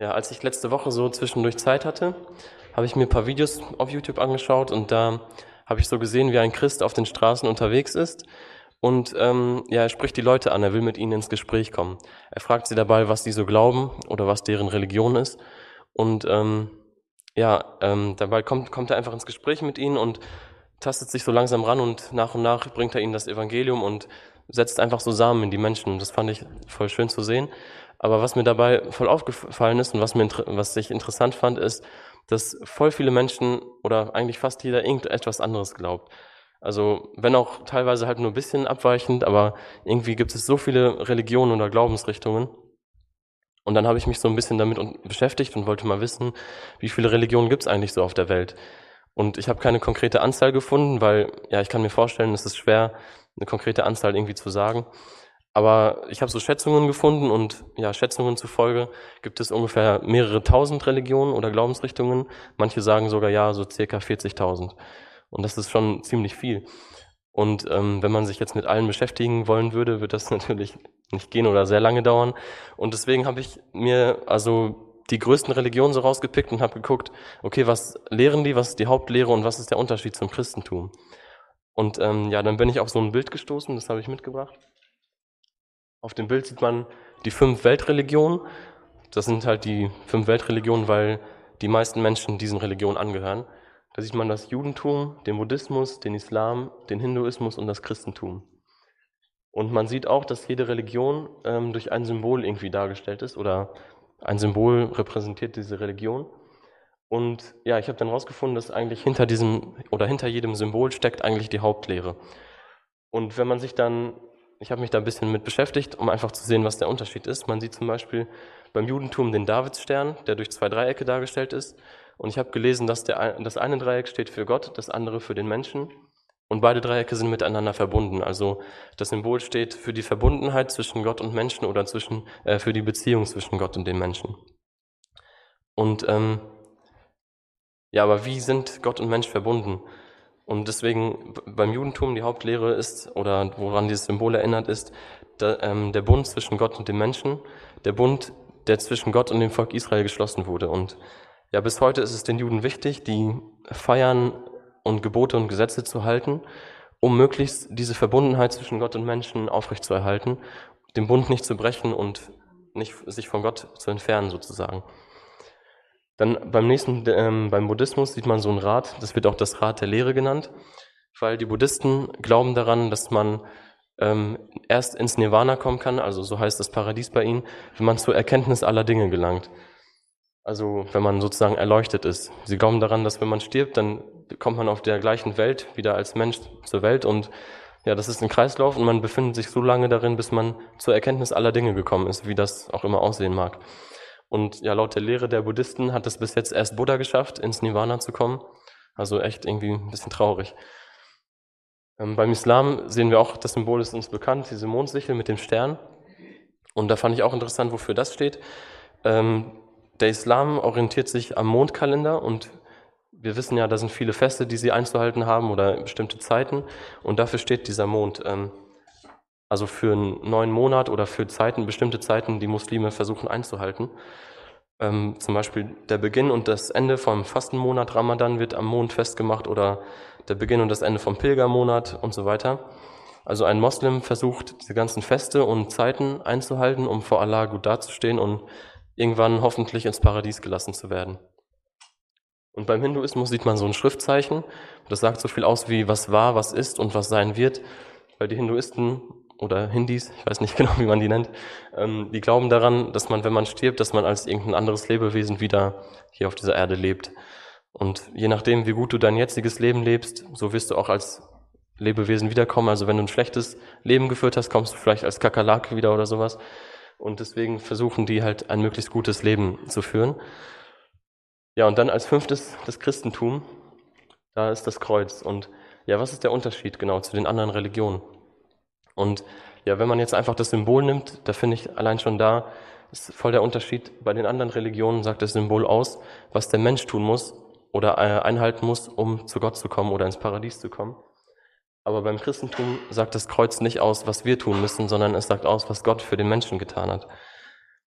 Ja, als ich letzte Woche so zwischendurch Zeit hatte, habe ich mir ein paar Videos auf YouTube angeschaut und da habe ich so gesehen, wie ein Christ auf den Straßen unterwegs ist und ja, er spricht die Leute an, er will mit ihnen ins Gespräch kommen. Er fragt sie dabei, was sie so glauben oder was deren Religion ist und ja, dabei kommt er einfach ins Gespräch mit ihnen und tastet sich so langsam ran und nach bringt er ihnen das Evangelium und setzt einfach so Samen in die Menschen. Das fand ich voll schön zu sehen. Aber was mir dabei voll aufgefallen ist und was ich interessant fand, ist, dass voll viele Menschen oder eigentlich fast jeder irgendetwas anderes glaubt. Also wenn auch teilweise halt nur ein bisschen abweichend, aber irgendwie gibt es so viele Religionen oder Glaubensrichtungen. Und dann habe ich mich so ein bisschen damit beschäftigt und wollte mal wissen, wie viele Religionen gibt es eigentlich so auf der Welt? Und ich habe keine konkrete Anzahl gefunden, weil ja, ich kann mir vorstellen, es ist schwer, eine konkrete Anzahl irgendwie zu sagen. Aber ich habe so Schätzungen gefunden und ja, Schätzungen zufolge gibt es ungefähr mehrere tausend Religionen oder Glaubensrichtungen. Manche sagen sogar ja, so circa 40.000. Und das ist schon ziemlich viel. Und wenn man sich jetzt mit allen beschäftigen wollen würde, wird das natürlich nicht gehen oder sehr lange dauern. Und deswegen habe ich mir also die größten Religionen so rausgepickt und habe geguckt, okay, was lehren die, was ist die Hauptlehre und was ist der Unterschied zum Christentum? Und ja, dann bin ich auf so ein Bild gestoßen, das habe ich mitgebracht. Auf dem Bild sieht man die 5 Weltreligionen. Das sind halt die 5 Weltreligionen, weil die meisten Menschen diesen Religionen angehören. Da sieht man das Judentum, den Buddhismus, den Islam, den Hinduismus und das Christentum. Und man sieht auch, dass jede Religion durch ein Symbol irgendwie dargestellt ist oder ein Symbol repräsentiert diese Religion. Und ja, ich habe dann rausgefunden, dass eigentlich hinter diesem oder hinter jedem Symbol steckt eigentlich die Hauptlehre. Und wenn man sich dann, ich habe mich da ein bisschen mit beschäftigt, um einfach zu sehen, was der Unterschied ist. Man sieht zum Beispiel beim Judentum den Davidsstern, der durch 2 Dreiecke dargestellt ist. Und ich habe gelesen, dass das eine Dreieck steht für Gott, das andere für den Menschen. Und beide Dreiecke sind miteinander verbunden. Also das Symbol steht für die Verbundenheit zwischen Gott und Menschen oder für die Beziehung zwischen Gott und den Menschen. Und ja, aber wie sind Gott und Mensch verbunden? Und deswegen beim Judentum die Hauptlehre ist, oder woran dieses Symbol erinnert, ist der Bund zwischen Gott und dem Menschen, der Bund, der zwischen Gott und dem Volk Israel geschlossen wurde. Und ja, bis heute ist es den Juden wichtig, die Feiern und Gebote und Gesetze zu halten, um möglichst diese Verbundenheit zwischen Gott und Menschen aufrechtzuerhalten, den Bund nicht zu brechen und nicht sich von Gott zu entfernen sozusagen. Dann beim Buddhismus sieht man so ein Rad, das wird auch das Rad der Lehre genannt, weil die Buddhisten glauben daran, dass man erst ins Nirvana kommen kann, also so heißt das Paradies bei ihnen, wenn man zur Erkenntnis aller Dinge gelangt. Also wenn man sozusagen erleuchtet ist. Sie glauben daran, dass wenn man stirbt, dann kommt man auf der gleichen Welt wieder als Mensch zur Welt und ja, das ist ein Kreislauf und man befindet sich so lange darin, bis man zur Erkenntnis aller Dinge gekommen ist, wie das auch immer aussehen mag. Und ja, laut der Lehre der Buddhisten hat es bis jetzt erst Buddha geschafft, ins Nirvana zu kommen. Also echt irgendwie ein bisschen traurig. Beim Islam sehen wir auch, das Symbol ist uns bekannt, diese Mondsichel mit dem Stern. Und da fand ich auch interessant, wofür das steht. Der Islam orientiert sich am Mondkalender und wir wissen ja, da sind viele Feste, die sie einzuhalten haben oder bestimmte Zeiten. Und dafür steht dieser Mond. Also für einen neuen Monat oder für bestimmte Zeiten, die Muslime versuchen einzuhalten. Zum Beispiel der Beginn und das Ende vom Fastenmonat Ramadan wird am Mond festgemacht oder der Beginn und das Ende vom Pilgermonat und so weiter. Also ein Moslem versucht, diese ganzen Feste und Zeiten einzuhalten, um vor Allah gut dazustehen und irgendwann hoffentlich ins Paradies gelassen zu werden. Und beim Hinduismus sieht man so ein Schriftzeichen. Das sagt so viel aus wie was war, was ist und was sein wird, weil die Hinduisten oder Hindis, ich weiß nicht genau, wie man die nennt, die glauben daran, dass man, wenn man stirbt, dass man als irgendein anderes Lebewesen wieder hier auf dieser Erde lebt. Und je nachdem, wie gut du dein jetziges Leben lebst, so wirst du auch als Lebewesen wiederkommen. Also wenn du ein schlechtes Leben geführt hast, kommst du vielleicht als Kakerlake wieder oder sowas. Und deswegen versuchen die halt ein möglichst gutes Leben zu führen. Ja, und dann als 5. das Christentum, da ist das Kreuz. Und ja, was ist der Unterschied genau zu den anderen Religionen? Und ja, wenn man jetzt einfach das Symbol nimmt, da finde ich allein schon da ist voll der Unterschied. Bei den anderen Religionen sagt das Symbol aus, was der Mensch tun muss oder einhalten muss, um zu Gott zu kommen oder ins Paradies zu kommen. Aber beim Christentum sagt das Kreuz nicht aus, was wir tun müssen, sondern es sagt aus, was Gott für den Menschen getan hat.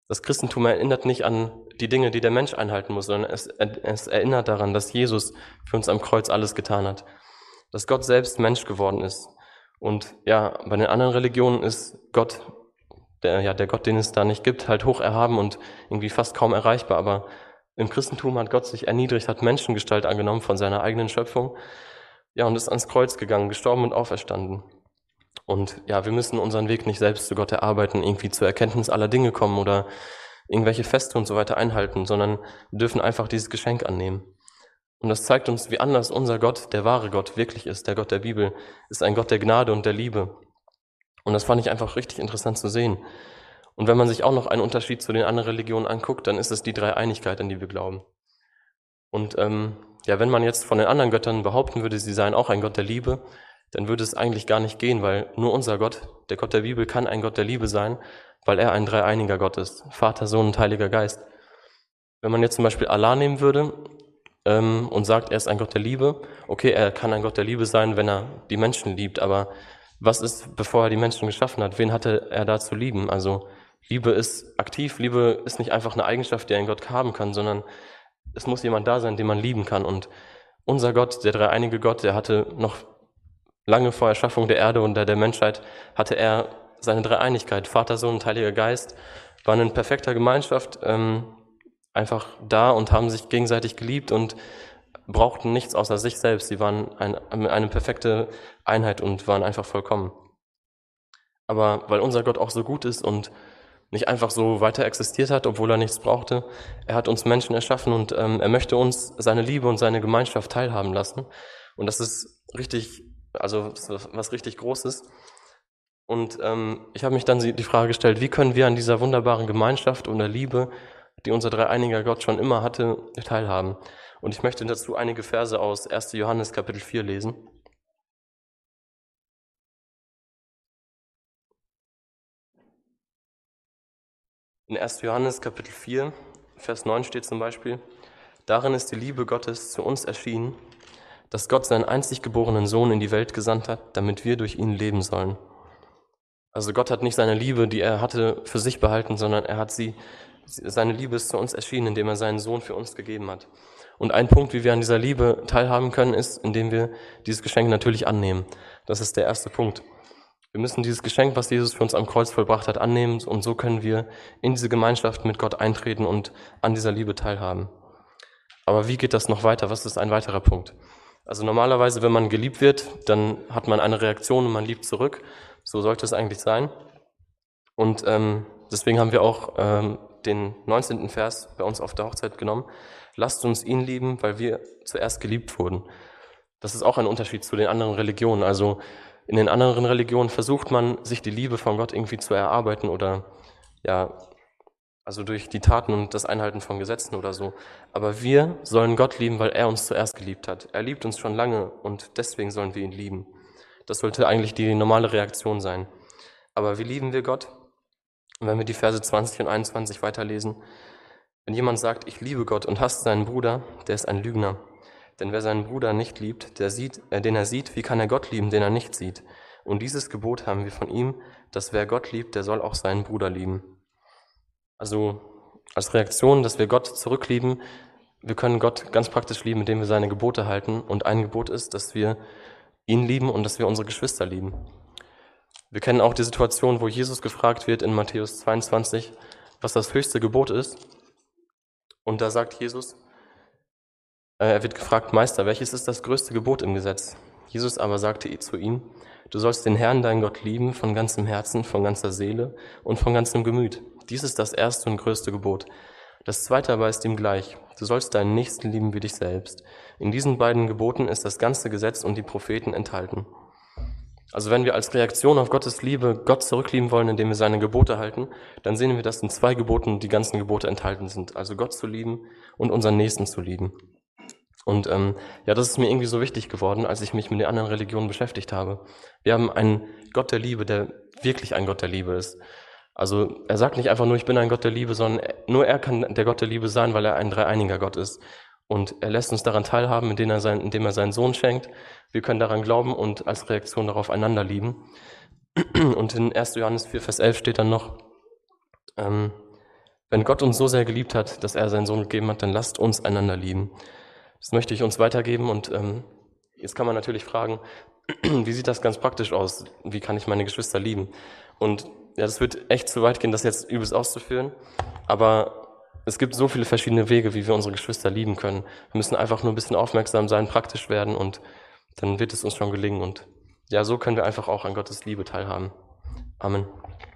Das Christentum erinnert nicht an die Dinge, die der Mensch einhalten muss, sondern es erinnert daran, dass Jesus für uns am Kreuz alles getan hat. Dass Gott selbst Mensch geworden ist. Und ja, bei den anderen Religionen ist Gott, der Gott, den es da nicht gibt, halt hoch erhaben und irgendwie fast kaum erreichbar. Aber im Christentum hat Gott sich erniedrigt, hat Menschengestalt angenommen von seiner eigenen Schöpfung. Ja, und ist ans Kreuz gegangen, gestorben und auferstanden. Und ja, wir müssen unseren Weg nicht selbst zu Gott erarbeiten, irgendwie zur Erkenntnis aller Dinge kommen oder irgendwelche Feste und so weiter einhalten, sondern wir dürfen einfach dieses Geschenk annehmen. Und das zeigt uns, wie anders unser Gott, der wahre Gott, wirklich ist. Der Gott der Bibel ist ein Gott der Gnade und der Liebe. Und das fand ich einfach richtig interessant zu sehen. Und wenn man sich auch noch einen Unterschied zu den anderen Religionen anguckt, dann ist es die Dreieinigkeit, an die wir glauben. Und ja, wenn man jetzt von den anderen Göttern behaupten würde, sie seien auch ein Gott der Liebe, dann würde es eigentlich gar nicht gehen, weil nur unser Gott, der Gott der Bibel, kann ein Gott der Liebe sein, weil er ein dreieiniger Gott ist. Vater, Sohn und Heiliger Geist. Wenn man jetzt zum Beispiel Allah nehmen würde und sagt, er ist ein Gott der Liebe, okay, er kann ein Gott der Liebe sein, wenn er die Menschen liebt, aber was ist, bevor er die Menschen geschaffen hat? Wen hatte er da zu lieben? Also Liebe ist aktiv, Liebe ist nicht einfach eine Eigenschaft, die ein Gott haben kann, sondern es muss jemand da sein, den man lieben kann. Und unser Gott, der dreieinige Gott, der hatte noch lange vor Erschaffung der Erde und der Menschheit, hatte er seine Dreieinigkeit. Vater, Sohn und Heiliger Geist waren in perfekter Gemeinschaft einfach da und haben sich gegenseitig geliebt und brauchten nichts außer sich selbst. Sie waren eine perfekte Einheit und waren einfach vollkommen. Aber weil unser Gott auch so gut ist und nicht einfach so weiter existiert hat, obwohl er nichts brauchte, er hat uns Menschen erschaffen und er möchte uns seine Liebe und seine Gemeinschaft teilhaben lassen. Und das ist richtig, also was richtig Großes. Und ich habe mich dann die Frage gestellt, wie können wir an dieser wunderbaren Gemeinschaft und der Liebe, die unser dreieiniger Gott schon immer hatte, teilhaben. Und ich möchte dazu einige Verse aus 1. Johannes Kapitel 4 lesen. In 1. Johannes Kapitel 4, Vers 9 steht zum Beispiel, darin ist die Liebe Gottes zu uns erschienen, dass Gott seinen einzig geborenen Sohn in die Welt gesandt hat, damit wir durch ihn leben sollen. Also Gott hat nicht seine Liebe, die er hatte, für sich behalten, sondern seine Liebe ist zu uns erschienen, indem er seinen Sohn für uns gegeben hat. Und ein Punkt, wie wir an dieser Liebe teilhaben können, ist, indem wir dieses Geschenk natürlich annehmen. Das ist der erste Punkt. Wir müssen dieses Geschenk, was Jesus für uns am Kreuz vollbracht hat, annehmen und so können wir in diese Gemeinschaft mit Gott eintreten und an dieser Liebe teilhaben. Aber wie geht das noch weiter? Was ist ein weiterer Punkt? Also normalerweise, wenn man geliebt wird, dann hat man eine Reaktion und man liebt zurück. So sollte es eigentlich sein. Und deswegen haben wir auch den 19. Vers bei uns auf der Hochzeit genommen. Lasst uns ihn lieben, weil wir zuerst geliebt wurden. Das ist auch ein Unterschied zu den anderen Religionen. Also in den anderen Religionen versucht man, sich die Liebe von Gott irgendwie zu erarbeiten oder ja, also durch die Taten und das Einhalten von Gesetzen oder so. Aber wir sollen Gott lieben, weil er uns zuerst geliebt hat. Er liebt uns schon lange und deswegen sollen wir ihn lieben. Das sollte eigentlich die normale Reaktion sein. Aber wie lieben wir Gott? Wenn wir die Verse 20 und 21 weiterlesen. Wenn jemand sagt, ich liebe Gott und hasst seinen Bruder, der ist ein Lügner. Denn wer seinen Bruder nicht liebt, den er sieht, wie kann er Gott lieben, den er nicht sieht? Und dieses Gebot haben wir von ihm, dass wer Gott liebt, der soll auch seinen Bruder lieben. Also als Reaktion, dass wir Gott zurücklieben, wir können Gott ganz praktisch lieben, indem wir seine Gebote halten. Und ein Gebot ist, dass wir ihn lieben und dass wir unsere Geschwister lieben. Wir kennen auch die Situation, wo Jesus gefragt wird in Matthäus 22, was das höchste Gebot ist. Und da sagt Jesus, er wird gefragt, Meister, welches ist das größte Gebot im Gesetz? Jesus aber sagte zu ihm, du sollst den Herrn, deinen Gott, lieben von ganzem Herzen, von ganzer Seele und von ganzem Gemüt. Dies ist das erste und größte Gebot. Das zweite aber ist ihm gleich. Du sollst deinen Nächsten lieben wie dich selbst. In diesen beiden Geboten ist das ganze Gesetz und die Propheten enthalten. Also wenn wir als Reaktion auf Gottes Liebe Gott zurücklieben wollen, indem wir seine Gebote halten, dann sehen wir, dass in 2 Geboten die ganzen Gebote enthalten sind. Also Gott zu lieben und unseren Nächsten zu lieben. Und ja, das ist mir irgendwie so wichtig geworden, als ich mich mit den anderen Religionen beschäftigt habe. Wir haben einen Gott der Liebe, der wirklich ein Gott der Liebe ist. Also er sagt nicht einfach nur, ich bin ein Gott der Liebe, sondern nur er kann der Gott der Liebe sein, weil er ein dreieiniger Gott ist. Und er lässt uns daran teilhaben, indem er seinen Sohn schenkt. Wir können daran glauben und als Reaktion darauf einander lieben. Und in 1. Johannes 4, Vers 11 steht dann noch, Wenn Gott uns so sehr geliebt hat, dass er seinen Sohn gegeben hat, dann lasst uns einander lieben. Das möchte ich uns weitergeben und jetzt kann man natürlich fragen, wie sieht das ganz praktisch aus? Wie kann ich meine Geschwister lieben? Und ja, das wird echt zu weit gehen, das jetzt übelst auszuführen, aber es gibt so viele verschiedene Wege, wie wir unsere Geschwister lieben können. Wir müssen einfach nur ein bisschen aufmerksam sein, praktisch werden und dann wird es uns schon gelingen und ja, so können wir einfach auch an Gottes Liebe teilhaben. Amen.